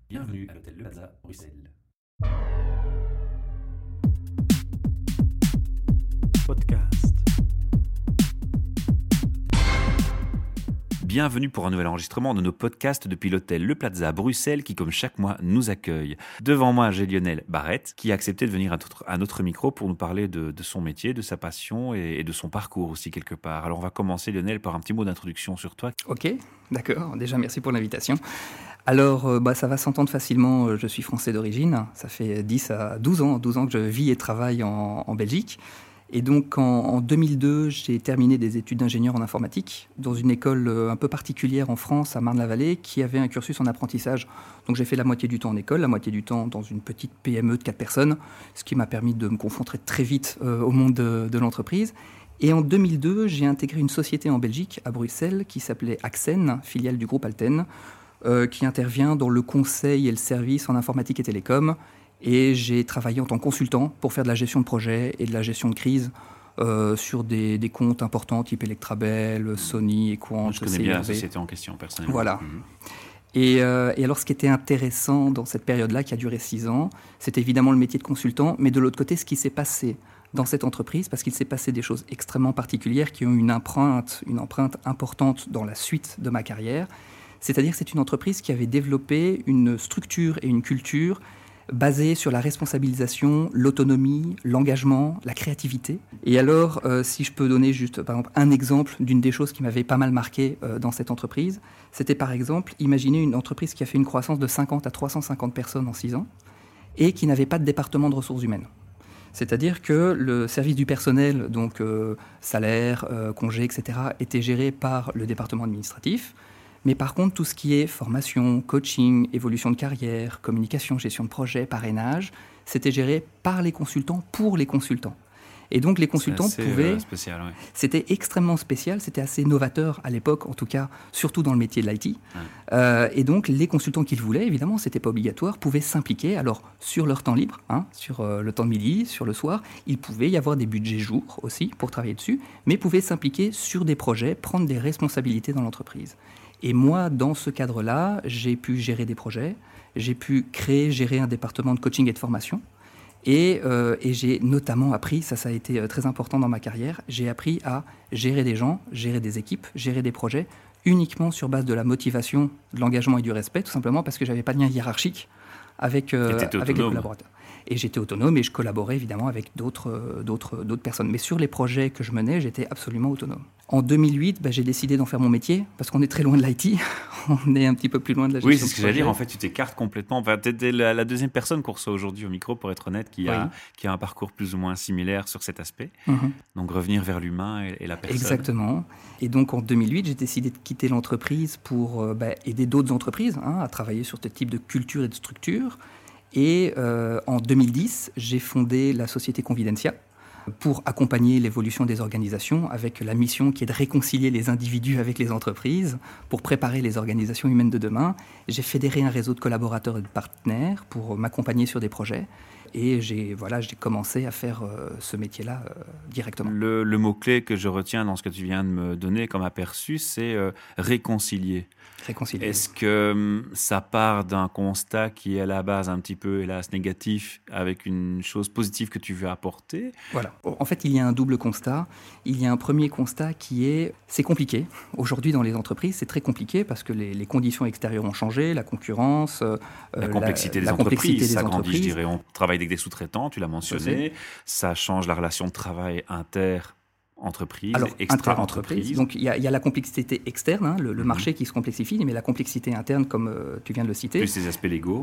Bienvenue à l'hôtel Le Plaza, Bruxelles. Podcast. Bienvenue pour un nouvel enregistrement de nos podcasts depuis l'hôtel Le Plaza, Bruxelles, qui comme chaque mois nous accueille. Devant moi, j'ai Lionel Barrette, qui a accepté de venir à notre micro pour nous parler de son métier, de sa passion et de son parcours aussi quelque part. Alors on va commencer, Lionel, par un petit mot d'introduction sur toi. Ok, d'accord. Déjà, merci pour l'invitation. Alors, ça va s'entendre facilement. Je suis français d'origine. Ça fait 10 à 12 ans que je vis et travaille en Belgique. Et donc, en 2002, j'ai terminé des études d'ingénieur en informatique dans une école un peu particulière en France, à Marne-la-Vallée, qui avait un cursus en apprentissage. Donc, j'ai fait la moitié du temps en école, la moitié du temps dans une petite PME de 4 personnes, ce qui m'a permis de me confronter très vite au monde de l'entreprise. Et en 2002, j'ai intégré une société en Belgique, à Bruxelles, qui s'appelait Axen, filiale du groupe Alten, qui intervient dans le conseil et le service en informatique et télécom. Et j'ai travaillé en tant que consultant pour faire de la gestion de projet et de la gestion de crise sur des comptes importants type Electrabel, Sony, Equant, Je connais bien la société en question, personnellement. Voilà. Et alors, ce qui était intéressant dans cette période-là, qui a duré 6 ans, c'était évidemment le métier de consultant, mais de l'autre côté, ce qui s'est passé dans cette entreprise, parce qu'il s'est passé des choses extrêmement particulières qui ont une empreinte importante dans la suite de ma carrière. C'est-à-dire que c'est une entreprise qui avait développé une structure et une culture basée sur la responsabilisation, l'autonomie, l'engagement, la créativité. Et alors, si je peux donner juste, par exemple, un exemple d'une des choses qui m'avait pas mal marqué dans cette entreprise, c'était par exemple, imaginez une entreprise qui a fait une croissance de 50 à 350 personnes en 6 ans et qui n'avait pas de département de ressources humaines. C'est-à-dire que le service du personnel, donc salaire, congés, etc., était géré par le département administratif. Mais par contre, tout ce qui est formation, coaching, évolution de carrière, communication, gestion de projet, parrainage, c'était géré par les consultants pour les consultants. Et donc les consultants pouvaient... spécial, ouais. C'était extrêmement spécial, c'était assez novateur à l'époque, en tout cas, surtout dans le métier de l'IT. Ouais. Et donc les consultants qu'ils voulaient, évidemment, c'était pas obligatoire, pouvaient s'impliquer. Alors sur leur temps libre, sur le temps de midi, sur le soir, il pouvait y avoir des budgets jours aussi pour travailler dessus, mais pouvaient s'impliquer sur des projets, prendre des responsabilités dans l'entreprise. Et moi, dans ce cadre-là, j'ai pu gérer des projets, j'ai pu gérer un département de coaching et de formation. Et j'ai notamment appris, ça a été très important dans ma carrière, j'ai appris à gérer des gens, gérer des équipes, gérer des projets, uniquement sur base de la motivation, de l'engagement et du respect, tout simplement parce que je n'avais pas de lien hiérarchique avec les collaborateurs. Et j'étais autonome et je collaborais évidemment avec d'autres personnes. Mais sur les projets que je menais, j'étais absolument autonome. En 2008, j'ai décidé d'en faire mon métier parce qu'on est très loin de l'IT. On est un petit peu plus loin de la gestion de projet. Oui, c'est ce que j'allais dire. En fait, tu t'écartes complètement. Enfin, tu étais la deuxième personne qu'on reçoit aujourd'hui au micro, pour être honnête, qui a un parcours plus ou moins similaire sur cet aspect. Donc, revenir vers l'humain et la personne. Exactement. Et donc, en 2008, j'ai décidé de quitter l'entreprise pour aider d'autres entreprises à travailler sur ce type de culture et de structure. Et en 2010, j'ai fondé la société Convidencia pour accompagner l'évolution des organisations avec la mission qui est de réconcilier les individus avec les entreprises pour préparer les organisations humaines de demain. J'ai fédéré un réseau de collaborateurs et de partenaires pour m'accompagner sur des projets. Et j'ai commencé à faire ce métier-là directement. Le mot-clé que je retiens dans ce que tu viens de me donner comme aperçu, c'est réconcilier. Est-ce que ça part d'un constat qui est à la base un petit peu, hélas, négatif, avec une chose positive que tu veux apporter ? Voilà. En fait, il y a un double constat. Il y a un premier constat qui est, c'est compliqué. Aujourd'hui, dans les entreprises, c'est très compliqué parce que les conditions extérieures ont changé, la concurrence, la complexité des entreprises, ça grandit, je dirais. On travaille avec des sous-traitants, tu l'as mentionné. Ça change la relation de travail inter-entreprise, extra-entreprise. Donc, il y a la complexité externe, le marché qui se complexifie, mais la complexité interne, comme tu viens de le citer. Plus les aspects légaux.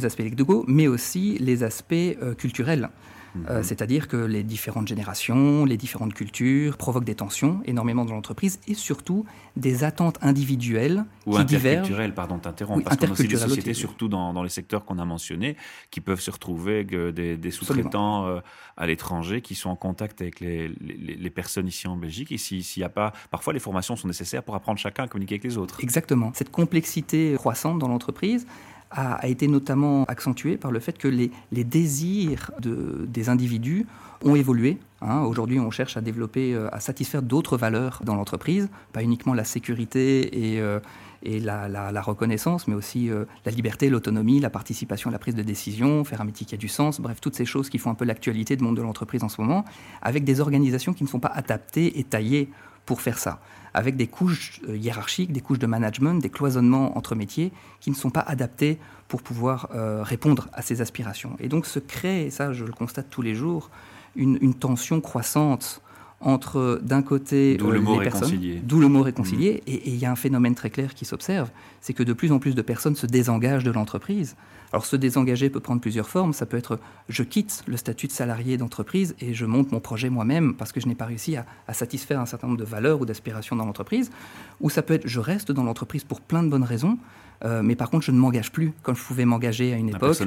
Mais aussi les aspects culturels. C'est-à-dire que les différentes générations, les différentes cultures provoquent des tensions énormément dans l'entreprise et surtout des attentes individuelles qui divergent. Ou interculturelles, pardon, t'interromps, parce qu'on a aussi des sociétés, surtout dans les secteurs qu'on a mentionnés, qui peuvent se retrouver avec des sous-traitants à l'étranger qui sont en contact avec les personnes ici en Belgique. Et s'il y a pas, parfois les formations sont nécessaires pour apprendre chacun à communiquer avec les autres. Exactement. Cette complexité croissante dans l'entreprise a été notamment accentué par le fait que les désirs des individus ont évolué. Aujourd'hui, on cherche à développer, à satisfaire d'autres valeurs dans l'entreprise, pas uniquement la sécurité et la reconnaissance, mais aussi la liberté, l'autonomie, la participation à la prise de décision, faire un métier qui a du sens, bref, toutes ces choses qui font un peu l'actualité du monde de l'entreprise en ce moment, avec des organisations qui ne sont pas adaptées et taillées pour faire ça, avec des couches hiérarchiques, des couches de management, des cloisonnements entre métiers qui ne sont pas adaptés pour pouvoir répondre à ces aspirations. Et donc se crée, et ça je le constate tous les jours, une tension croissante entre, d'un côté, d'où le mot les personnes, réconcilier. D'où le mot réconcilier, et il y a un phénomène très clair qui s'observe, c'est que de plus en plus de personnes se désengagent de l'entreprise. Alors se désengager peut prendre plusieurs formes, ça peut être je quitte le statut de salarié d'entreprise et je monte mon projet moi-même parce que je n'ai pas réussi à satisfaire un certain nombre de valeurs ou d'aspirations dans l'entreprise, ou ça peut être je reste dans l'entreprise pour plein de bonnes raisons, mais par contre je ne m'engage plus comme je pouvais m'engager à une époque,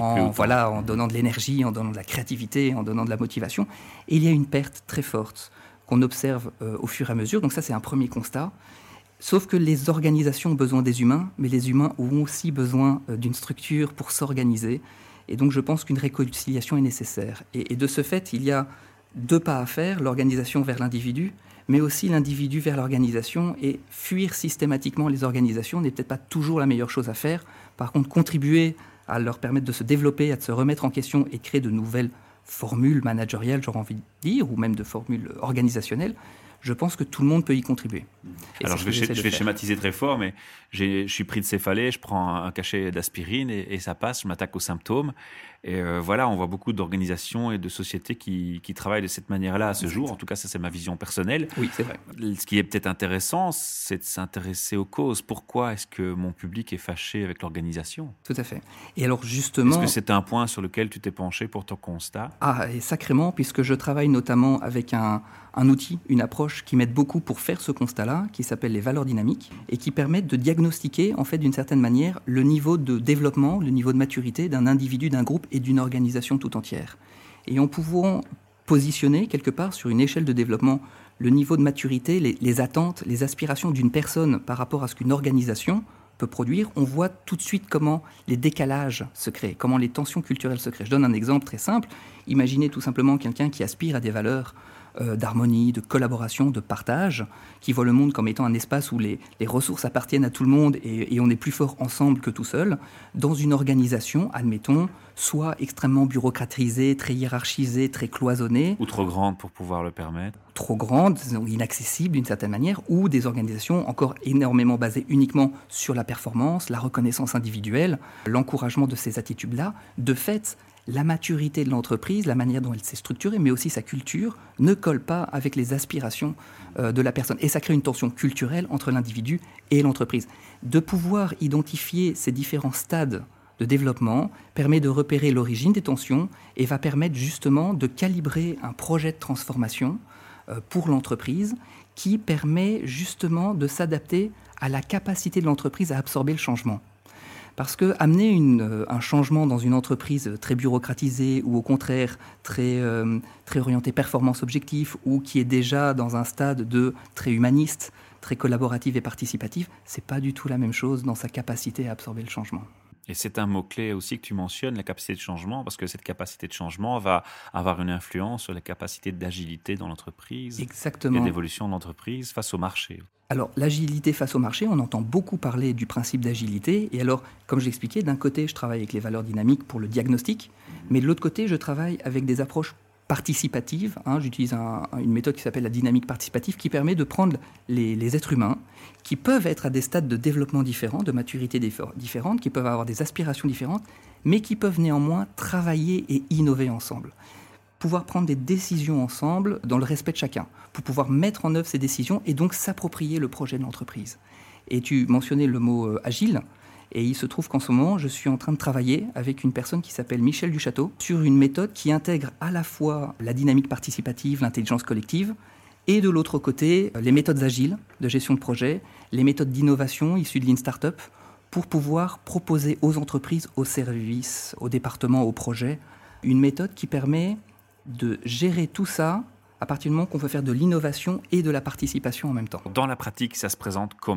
en donnant de l'énergie, en donnant de la créativité, en donnant de la motivation. Et il y a une perte très forte qu'on observe au fur et à mesure. Donc ça, c'est un premier constat. Sauf que les organisations ont besoin des humains, mais les humains ont aussi besoin d'une structure pour s'organiser. Et donc je pense qu'une réconciliation est nécessaire. Et de ce fait, il y a deux pas à faire, l'organisation vers l'individu, mais aussi l'individu vers l'organisation, et fuir systématiquement les organisations n'est peut-être pas toujours la meilleure chose à faire. Par contre, contribuer à leur permettre de se développer, à se remettre en question et créer de nouvelles formules managériales, j'aurais envie de dire, ou même de formules organisationnelles, je pense que tout le monde peut y contribuer. Alors je vais schématiser très fort, mais je suis pris de céphalée, je prends un cachet d'aspirine et ça passe, je m'attaque aux symptômes. Et voilà, on voit beaucoup d'organisations et de sociétés qui travaillent de cette manière-là à ce jour. En tout cas, ça c'est ma vision personnelle. Oui, c'est vrai. Ce qui est peut-être intéressant, c'est de s'intéresser aux causes. Pourquoi est-ce que mon public est fâché avec l'organisation ? Tout à fait. Et alors justement... Est-ce que c'est un point sur lequel tu t'es penché pour ton constat ? Ah, et sacrément, puisque je travaille notamment avec un outil, une approche qui m'aide beaucoup pour faire ce constat-là, qui s'appelle les valeurs dynamiques, et qui permettent de diagnostiquer, en fait, d'une certaine manière, le niveau de développement, le niveau de maturité d'un individu, d'un groupe et d'une organisation tout entière. Et en pouvant positionner, quelque part, sur une échelle de développement, le niveau de maturité, les attentes, les aspirations d'une personne par rapport à ce qu'une organisation peut produire, on voit tout de suite comment les décalages se créent, comment les tensions culturelles se créent. Je donne un exemple très simple. Imaginez tout simplement quelqu'un qui aspire à des valeurs d'harmonie, de collaboration, de partage, qui voit le monde comme étant un espace où les ressources appartiennent à tout le monde et on est plus fort ensemble que tout seul, dans une organisation, admettons, soit extrêmement bureaucratisée, très hiérarchisée, très cloisonnée. Ou trop grande pour pouvoir le permettre. Trop grande, inaccessible d'une certaine manière, ou des organisations encore énormément basées uniquement sur la performance, la reconnaissance individuelle, l'encouragement de ces attitudes-là. De fait, la maturité de l'entreprise, la manière dont elle s'est structurée, mais aussi sa culture, ne colle pas avec les aspirations de la personne. Et ça crée une tension culturelle entre l'individu et l'entreprise. De pouvoir identifier ces différents stades de développement permet de repérer l'origine des tensions et va permettre justement de calibrer un projet de transformation pour l'entreprise qui permet justement de s'adapter à la capacité de l'entreprise à absorber le changement. Parce que amener un changement dans une entreprise très bureaucratisée ou au contraire très orientée performance objectif ou qui est déjà dans un stade de très humaniste, très collaboratif et participatif, c'est pas du tout la même chose dans sa capacité à absorber le changement. Et c'est un mot-clé aussi que tu mentionnes, la capacité de changement, parce que cette capacité de changement va avoir une influence sur la capacité d'agilité dans l'entreprise. Exactement. Et d'évolution de l'entreprise face au marché. Alors, l'agilité face au marché, on entend beaucoup parler du principe d'agilité. Et alors, comme je l'expliquais, d'un côté, je travaille avec les valeurs dynamiques pour le diagnostic, mais de l'autre côté, je travaille avec des approches participative. J'utilise une méthode qui s'appelle la dynamique participative qui permet de prendre les êtres humains qui peuvent être à des stades de développement différents, de maturité différentes, qui peuvent avoir des aspirations différentes, mais qui peuvent néanmoins travailler et innover ensemble. Pouvoir prendre des décisions ensemble dans le respect de chacun, pour pouvoir mettre en œuvre ces décisions et donc s'approprier le projet de l'entreprise. Et tu mentionnais le mot agile. Et il se trouve qu'en ce moment, je suis en train de travailler avec une personne qui s'appelle Michel Duchâteau sur une méthode qui intègre à la fois la dynamique participative, l'intelligence collective, et de l'autre côté, les méthodes agiles de gestion de projet, les méthodes d'innovation issues de Lean Startup, pour pouvoir proposer aux entreprises, aux services, aux départements, aux projets, une méthode qui permet de gérer tout ça à partir du moment qu'on veut faire de l'innovation et de la participation en même temps. Dans la pratique, ça se présente comment ?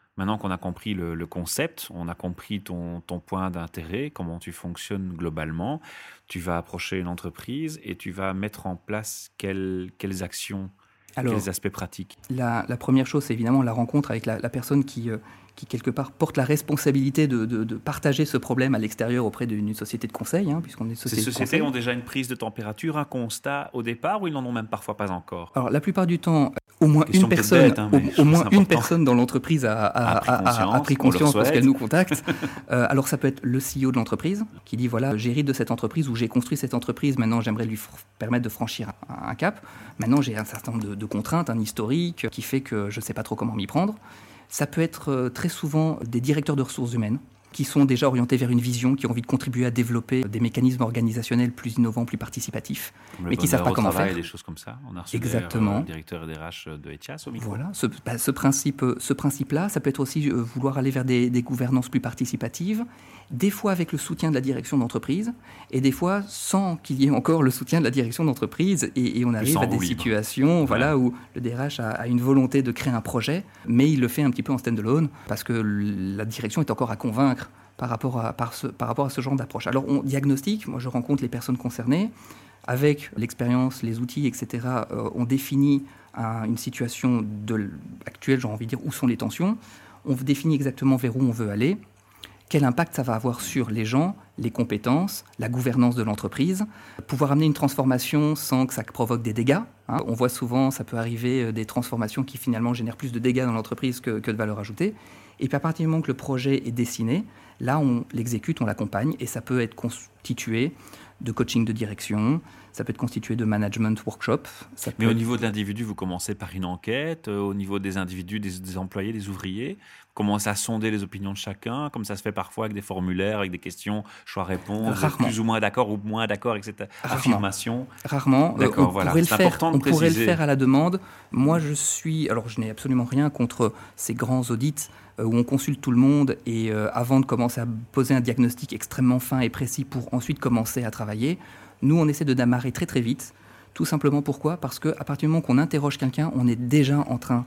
Maintenant qu'on a compris le concept, on a compris ton point d'intérêt, comment tu fonctionnes globalement, tu vas approcher une entreprise et tu vas mettre en place quelles actions, quels aspects pratiques. La première chose, c'est évidemment la rencontre avec la personne qui quelque part porte la responsabilité de partager ce problème à l'extérieur auprès d'une société de conseil, puisqu'on est une société de conseil. Ces sociétés ont déjà une prise de température, un constat au départ, ou ils n'en ont même parfois pas encore? Alors la plupart du temps, au moins une personne, une personne dans l'entreprise a pris conscience parce qu'elle nous contacte. Alors ça peut être le CEO de l'entreprise qui dit voilà, j'hérite de cette entreprise ou j'ai construit cette entreprise, maintenant j'aimerais lui permettre de franchir un cap. Maintenant j'ai un certain nombre de contraintes, un historique qui fait que je ne sais pas trop comment m'y prendre. Ça peut être très souvent des directeurs de ressources humaines qui sont déjà orientés vers une vision, qui ont envie de contribuer à développer des mécanismes organisationnels plus innovants, plus participatifs, mais qui ne savent pas comment faire. Des choses comme ça. On a reçu exactement. Le directeur DRH de Etias au micro. Voilà, ce principe-là, ça peut être aussi vouloir aller vers des gouvernances plus participatives, des fois avec le soutien de la direction d'entreprise, et des fois sans qu'il y ait encore le soutien de la direction d'entreprise, et on arrive à des situations où le DRH a une volonté de créer un projet, mais il le fait un petit peu en stand-alone, parce que la direction est encore à convaincre par rapport à ce genre d'approche. Alors on diagnostique, moi je rencontre les personnes concernées, avec l'expérience, les outils, etc., on définit une situation actuelle, j'ai envie de dire, où sont les tensions, on définit exactement vers où on veut aller, quel impact ça va avoir sur les gens, les compétences, la gouvernance de l'entreprise, pouvoir amener une transformation sans que ça provoque des dégâts. On voit souvent, ça peut arriver, des transformations qui finalement génèrent plus de dégâts dans l'entreprise que de valeur ajoutée. Et puis à partir du moment que le projet est dessiné, là on l'exécute, on l'accompagne, et ça peut être constitué de coaching de direction, ça peut être constitué de management workshop. Mais au niveau de l'individu, vous commencez par une enquête, au niveau des individus, des employés, des ouvriers, vous commencez à sonder les opinions de chacun, comme ça se fait parfois avec des formulaires, avec des questions, choix-réponse, plus ou moins d'accord ou moins d'accord avec cette affirmation. Rarement. D'accord, voilà. C'est important de préciser. On pourrait le faire à la demande. Moi, je n'ai absolument rien contre ces grands audits où on consulte tout le monde et avant de commencer à poser un diagnostic extrêmement fin et précis pour ensuite commencer à travailler, nous, on essaie de démarrer très très vite. Tout simplement pourquoi ? Parce qu'à partir du moment qu'on interroge quelqu'un, on est déjà en train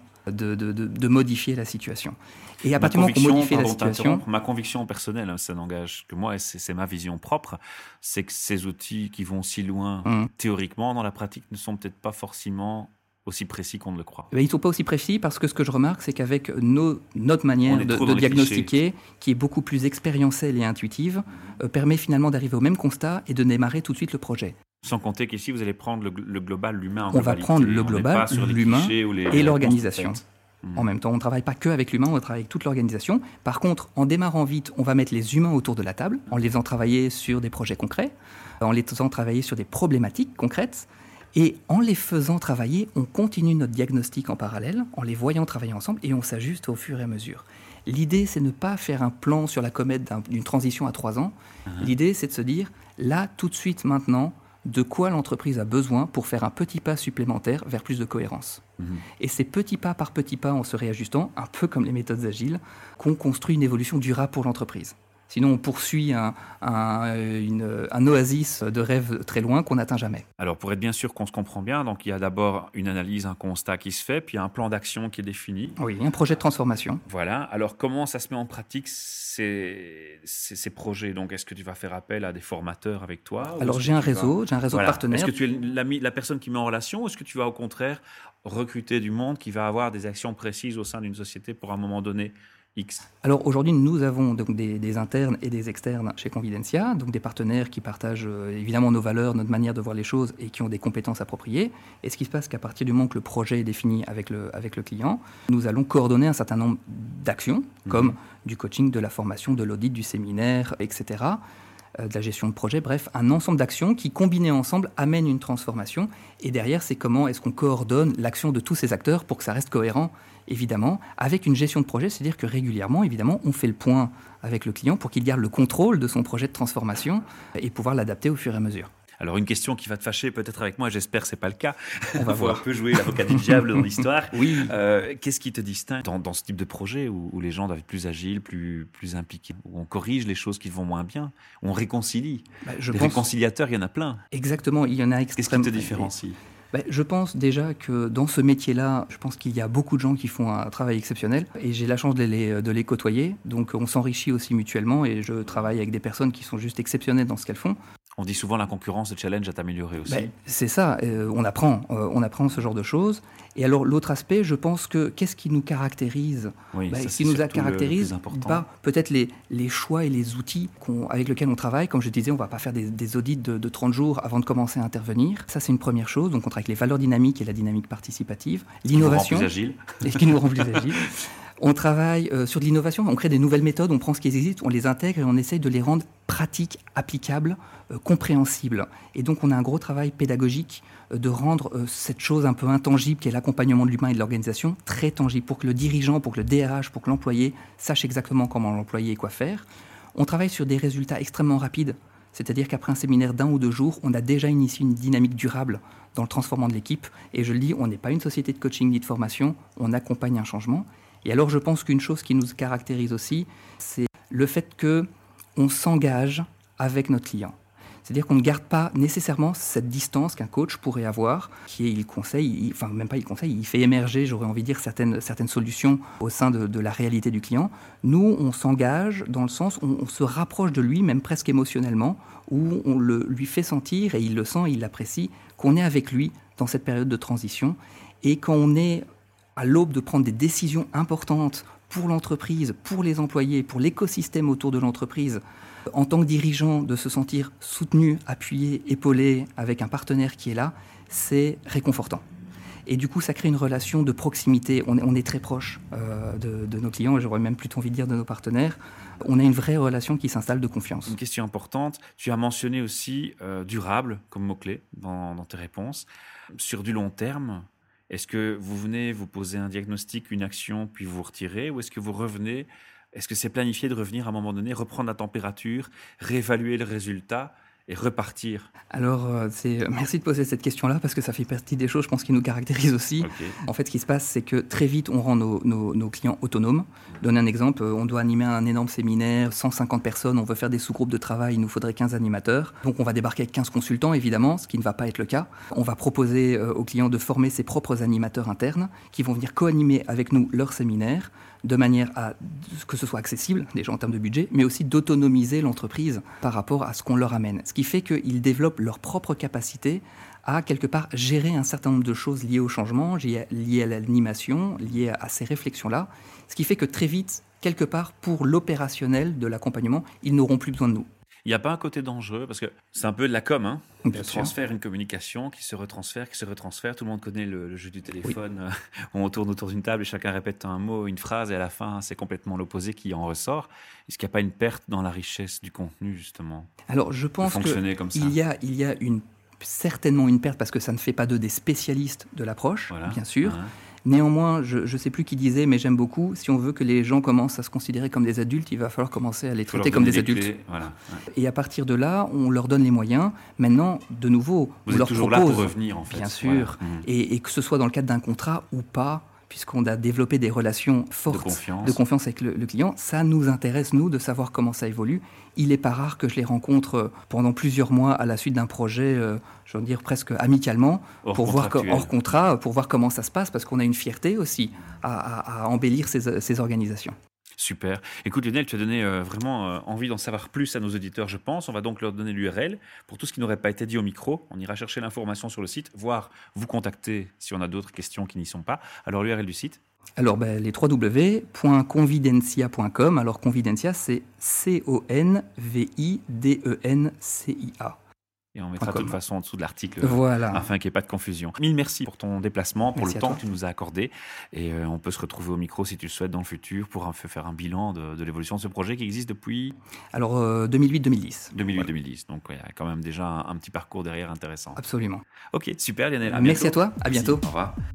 de modifier la situation. Et à partir du moment qu'on modifie la situation... Ma conviction personnelle, ça n'engage que moi, et c'est ma vision propre, c'est que ces outils qui vont si loin, théoriquement, dans la pratique, ne sont peut-être pas forcément aussi précis qu'on ne le croit. Ils ne sont pas aussi précis parce que ce que je remarque, c'est qu'avec notre manière de diagnostiquer, qui est beaucoup plus expérientielle et intuitive, permet finalement d'arriver au même constat et de démarrer tout de suite le projet. Sans compter qu'ici, vous allez prendre le global, l'humain en globalité. On va prendre le global, l'humain et l'organisation. En même temps, on ne travaille pas que avec l'humain, on travaille avec toute l'organisation. Par contre, en démarrant vite, on va mettre les humains autour de la table, en les faisant travailler sur des projets concrets, en les faisant travailler sur des problématiques concrètes. Et en les faisant travailler, on continue notre diagnostic en parallèle, en les voyant travailler ensemble, et on s'ajuste au fur et à mesure. L'idée, c'est de ne pas faire un plan sur la comète d'une transition à 3 ans. L'idée, c'est de se dire, là, tout de suite, maintenant, de quoi l'entreprise a besoin pour faire un petit pas supplémentaire vers plus de cohérence. Et c'est petit pas par petit pas, en se réajustant, un peu comme les méthodes agiles, qu'on construit une évolution durable pour l'entreprise. Sinon, on poursuit un oasis de rêve très loin qu'on n'atteint jamais. Alors, pour être bien sûr qu'on se comprend bien, donc il y a d'abord une analyse, un constat qui se fait, puis il y a un plan d'action qui est défini. Oui, un projet de transformation. Voilà. Alors, comment ça se met en pratique, ces projets? Donc, est-ce que tu vas faire appel à des formateurs avec toi? Alors, j'ai un réseau de partenaires. Est-ce que tu es la personne qui met en relation, ou est-ce que tu vas au contraire recruter du monde qui va avoir des actions précises au sein d'une société pour un moment donné X. Alors aujourd'hui, nous avons donc des internes et des externes chez Convidencia, donc des partenaires qui partagent évidemment nos valeurs, notre manière de voir les choses et qui ont des compétences appropriées. Et ce qui se passe, qu'à partir du moment que le projet est défini avec le client, nous allons coordonner un certain nombre d'actions, comme du coaching, de la formation, de l'audit, du séminaire, etc., de la gestion de projet, bref, un ensemble d'actions qui, combinées ensemble, amènent une transformation. Et derrière, c'est comment est-ce qu'on coordonne l'action de tous ces acteurs pour que ça reste cohérent, évidemment, avec une gestion de projet, c'est-à-dire que régulièrement, évidemment, on fait le point avec le client pour qu'il garde le contrôle de son projet de transformation et pouvoir l'adapter au fur et à mesure. Alors, une question qui va te fâcher peut-être avec moi, j'espère que ce n'est pas le cas. On va voir. Un peu jouer l'avocat du diable dans l'histoire. Oui. Qu'est-ce qui te distingue dans ce type de projet où les gens doivent être plus agiles, plus impliqués, où on corrige les choses qui vont moins bien, où on réconcilie? Réconciliateurs, il y en a plein. Exactement, il y en a extrêmement. Qu'est-ce qui te différencie? Je pense déjà que dans ce métier-là, je pense qu'il y a beaucoup de gens qui font un travail exceptionnel et j'ai la chance de les côtoyer. Donc on s'enrichit aussi mutuellement et je travaille avec des personnes qui sont juste exceptionnelles dans ce qu'elles font. On dit souvent la concurrence, le challenge à t'améliorer aussi. C'est ça, on apprend ce genre de choses. Et alors l'autre aspect, je pense que qu'est-ce qui nous caractérise? Ce qui nous caractérise, peut-être les choix et les outils avec lesquels on travaille. Comme je disais, on ne va pas faire des audits de 30 jours avant de commencer à intervenir. Ça, c'est une première chose. Donc on travaille avec les valeurs dynamiques et la dynamique participative. L'innovation. Et ce qui nous rend plus agile. Et ce qui nous rend plus agile. On travaille sur de l'innovation, on crée des nouvelles méthodes, on prend ce qui existe, on les intègre et on essaye de les rendre pratiques, applicables, compréhensibles. Et donc on a un gros travail pédagogique de rendre cette chose un peu intangible qui est l'accompagnement de l'humain et de l'organisation très tangible pour que le dirigeant, pour que le DRH, pour que l'employé sache exactement comment l'employer et quoi faire. On travaille sur des résultats extrêmement rapides, c'est-à-dire qu'après un séminaire d'1 ou 2 jours, on a déjà initié une dynamique durable dans le transformement de l'équipe. Et je le dis, on n'est pas une société de coaching ni de formation, on accompagne un changement. Et alors, je pense qu'une chose qui nous caractérise aussi, c'est le fait qu'on s'engage avec notre client. C'est-à-dire qu'on ne garde pas nécessairement cette distance qu'un coach pourrait avoir, qui est, il conseille, il fait émerger, j'aurais envie de dire, certaines solutions au sein de la réalité du client. Nous, on s'engage dans le sens où on se rapproche de lui, même presque émotionnellement, où on lui fait sentir, et il le sent, il l'apprécie, qu'on est avec lui dans cette période de transition. Et quand on est à l'aube de prendre des décisions importantes pour l'entreprise, pour les employés, pour l'écosystème autour de l'entreprise, en tant que dirigeant, de se sentir soutenu, appuyé, épaulé avec un partenaire qui est là, c'est réconfortant. Et du coup, ça crée une relation de proximité. On est très proche de nos clients, et j'aurais même plutôt envie de dire de nos partenaires. On a une vraie relation qui s'installe de confiance. Une question importante, tu as mentionné aussi durable comme mot-clé dans tes réponses. Sur du long terme, est-ce que vous venez vous poser un diagnostic, une action, puis vous retirez, ou est-ce que vous revenez? Est-ce que c'est planifié de revenir à un moment donné, reprendre la température, réévaluer le résultat et repartir? Alors, merci de poser cette question-là parce que ça fait partie des choses, je pense, qui nous caractérisent aussi. Okay. En fait, ce qui se passe, c'est que très vite, on rend nos clients autonomes. Donner un exemple, on doit animer un énorme séminaire, 150 personnes, on veut faire des sous-groupes de travail, il nous faudrait 15 animateurs. Donc, on va débarquer avec 15 consultants, évidemment, ce qui ne va pas être le cas. On va proposer aux clients de former ses propres animateurs internes qui vont venir co-animer avec nous leur séminaire, de manière à que ce soit accessible, déjà en termes de budget, mais aussi d'autonomiser l'entreprise par rapport à ce qu'on leur amène. Ce qui fait qu'ils développent leur propre capacité à, quelque part, gérer un certain nombre de choses liées au changement, liées à l'animation, liées à ces réflexions-là. Ce qui fait que très vite, quelque part, pour l'opérationnel de l'accompagnement, ils n'auront plus besoin de nous. Il n'y a pas un côté dangereux, parce que c'est un peu de la com, hein. Bien Tu sûr. transfères une communication qui se retransfère. Tout le monde connaît le jeu du téléphone. Oui. On tourne autour d'une table et chacun répète un mot, une phrase, et à la fin, c'est complètement l'opposé qui en ressort. Est-ce qu'il n'y a pas une perte dans la richesse du contenu, justement? Alors, je pense qu'il y a certainement une perte, parce que ça ne fait pas d'eux des spécialistes de l'approche, voilà. Bien sûr. Voilà. Néanmoins, je ne sais plus qui disait, mais j'aime beaucoup, si on veut que les gens commencent à se considérer comme des adultes, il va falloir commencer à les traiter comme des adultes. Voilà. Ouais. Et à partir de là, on leur donne les moyens. Maintenant, de nouveau, on leur propose, là pour revenir, en fait. Bien sûr, voilà. Et que ce soit dans le cadre d'un contrat ou pas, puisqu'on a développé des relations fortes de confiance avec le client, ça nous intéresse, nous, de savoir comment ça évolue. Il n'est pas rare que je les rencontre pendant plusieurs mois à la suite d'un projet, je veux dire presque amicalement, hors contrat, pour voir comment ça se passe, parce qu'on a une fierté aussi à embellir ces organisations. Super. Écoute Lionel, tu as donné vraiment envie d'en savoir plus à nos auditeurs, je pense. On va donc leur donner l'URL pour tout ce qui n'aurait pas été dit au micro. On ira chercher l'information sur le site, voire vous contacter si on a d'autres questions qui n'y sont pas. Alors l'URL du site? Alors les www.convidencia.com. Alors Convidencia, c'est CONVIDENCIA. Et on mettra de toute façon en dessous de l'article, voilà. Afin qu'il n'y ait pas de confusion. Mille merci pour ton déplacement, pour le temps que tu nous as accordé. Et on peut se retrouver au micro si tu le souhaites dans le futur pour faire un bilan de l'évolution de ce projet qui existe depuis... Alors 2008-2010. 2008-2010, voilà. Donc il y a quand même déjà un petit parcours derrière intéressant. Absolument. Ok, super Lionel. Merci à toi, à bientôt. Merci. Au revoir.